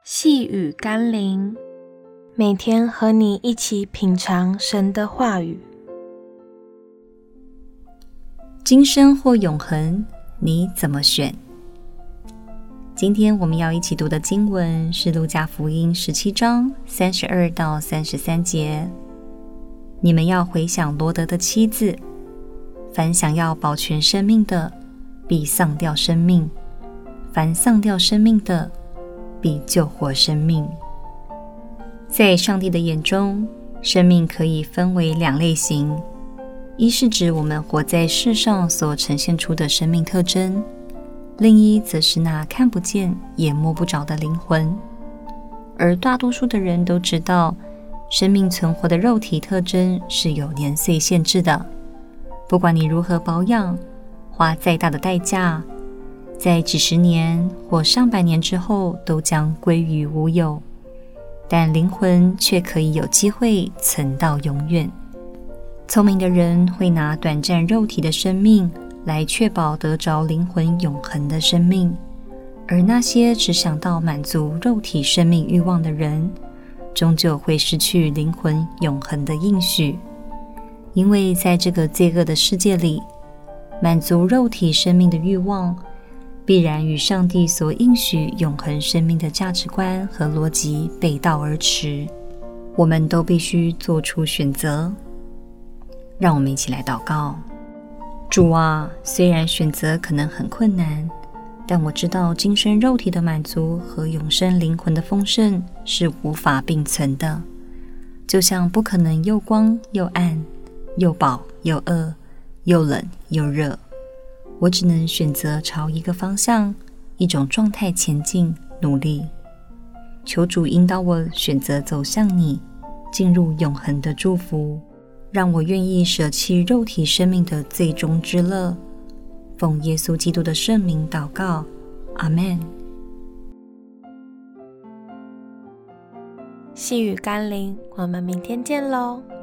细雨甘霖，每天和你一起品尝神的话语。 今生或永恒，你怎么选？今天我们要一起读的经文是路加福音17章32到33节。你们要回想罗德的妻子，凡想要保全生命的，必丧掉生命；凡丧掉生命的，必救活生命。在上帝的眼中，生命可以分为两类型，一是指我们活在世上所呈现出的生命特征，另一则是那看不见也摸不着的灵魂。而大多数的人都知道，生命存活的肉体特征是有年岁限制的，不管你如何保养，花再大的代价，在几十年或上百年之后都将归于无有，但灵魂却可以有机会存到永远。聪明的人会拿短暂肉体的生命来确保得着灵魂永恒的生命，而那些只想到满足肉体生命欲望的人，终究会失去灵魂永恒的应许。因为在这个罪恶的世界里，满足肉体生命的欲望必然与上帝所应许永恒生命的价值观和逻辑背道而驰，我们都必须做出选择。让我们一起来祷告。主啊，虽然选择可能很困难，但我知道今生肉体的满足和永生灵魂的丰盛是无法并存的，就像不可能又光又暗，又饱又饿，又冷又热。我只能选择朝一个方向，一种状态前进，努力。求主引导我选择走向你，进入永恒的祝福，让我愿意舍弃肉体生命的最终之乐。奉耶稣基督的圣名祷告，阿们。 细雨甘霖，我们明天见喽。